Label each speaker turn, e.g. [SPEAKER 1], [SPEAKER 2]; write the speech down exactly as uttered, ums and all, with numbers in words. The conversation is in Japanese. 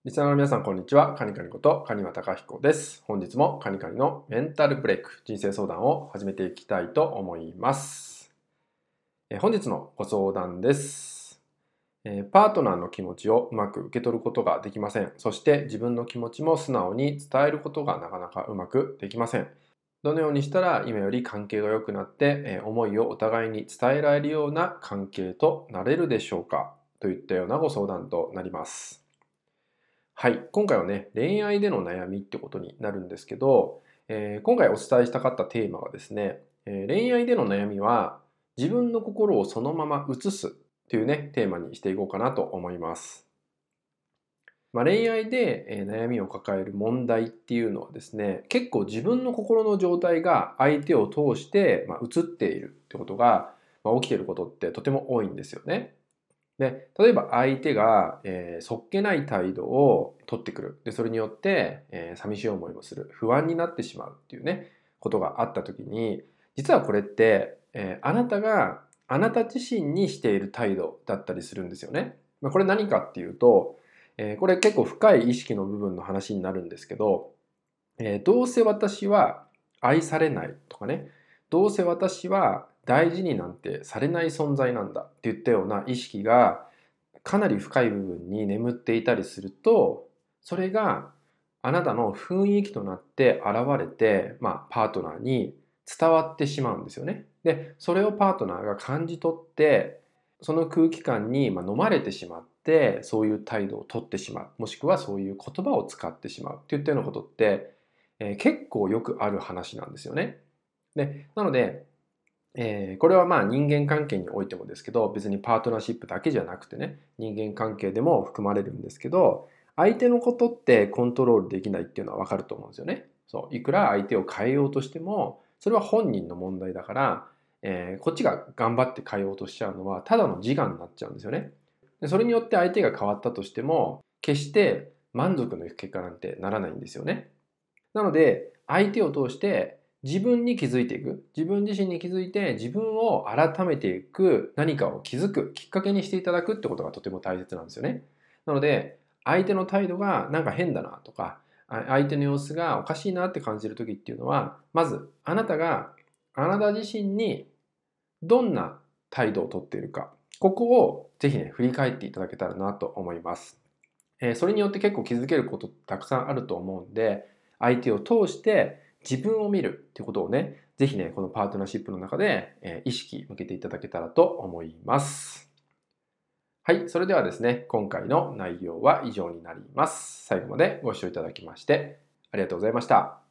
[SPEAKER 1] リスナーの皆さん、こんにちは。カニカニことカニワタカヒコです。本日もカニカニのメンタルブレイク、人生相談を始めていきたいと思います。え本日のご相談です。えパートナーの気持ちをうまく受け取ることができません。そして自分の気持ちも素直に伝えることがなかなかうまくできません。どのようにしたら今より関係が良くなって、え思いをお互いに伝えられるような関係となれるでしょうか、といったようなご相談となります。はい、今回はね、恋愛での悩みってことになるんですけど、えー今回お伝えしたかったテーマはですね、えー恋愛での悩みは自分の心をそのまま移すというね、テーマにしていこうかなと思います。まあ、恋愛でえー悩みを抱える問題っていうのはですね、結構自分の心の状態が相手を通してまあ移っているってことがまあ起きていることってとても多いんですよね。で、例えば相手が、えーそっけない態度を取ってくる。で、それによって、えー寂しい思いをする。不安になってしまうっていうね、ことがあった時に、実はこれって、えーあなたがあなた自身にしている態度だったりするんですよね。まあ、これ何かっていうと、えーこれ結構深い意識の部分の話になるんですけど、えーどうせ私は愛されないとかね、どうせ私は大事になんてされない存在なんだっていったような意識がかなり深い部分に眠っていたりすると、それがあなたの雰囲気となって現れて、まあ、パートナーに伝わってしまうんですよね。で、それをパートナーが感じ取って、その空気感にまあ飲まれてしまって、そういう態度をとってしまう。もしくはそういう言葉を使ってしまうっていったようなことって、えー結構よくある話なんですよね。で、なので、えーこれはまあ人間関係においてもですけど、別にパートナーシップだけじゃなくてね、人間関係でも含まれるんですけど、相手のことってコントロールできないっていうのはわかると思うんですよね。そう、いくら相手を変えようとしても、それは本人の問題だから、えーこっちが頑張って変えようとしちゃうのは、ただの自我になっちゃうんですよね。でそれによって相手が変わったとしても、決して満足のいく結果なんてならないんですよね。なので、相手を通して自分に気づいていく。自分自身に気づいて自分を改めていく何かを気づくきっかけにしていただくってことがとても大切なんですよね。なので、相手の態度がなんか変だなとか、あ相手の様子がおかしいなって感じる時っていうのは、まずあなたがあなた自身にどんな態度をとっているか、ここをぜひね、振り返っていただけたらなと思います。えーそれによって結構気づけることたくさんあると思うんで、相手を通して自分を見るっていうことをね、ぜひね、このパートナーシップの中で、えー意識向けていただけたらと思います。はい、それではですね、今回の内容は以上になります。最後までご視聴いただきましてありがとうございました。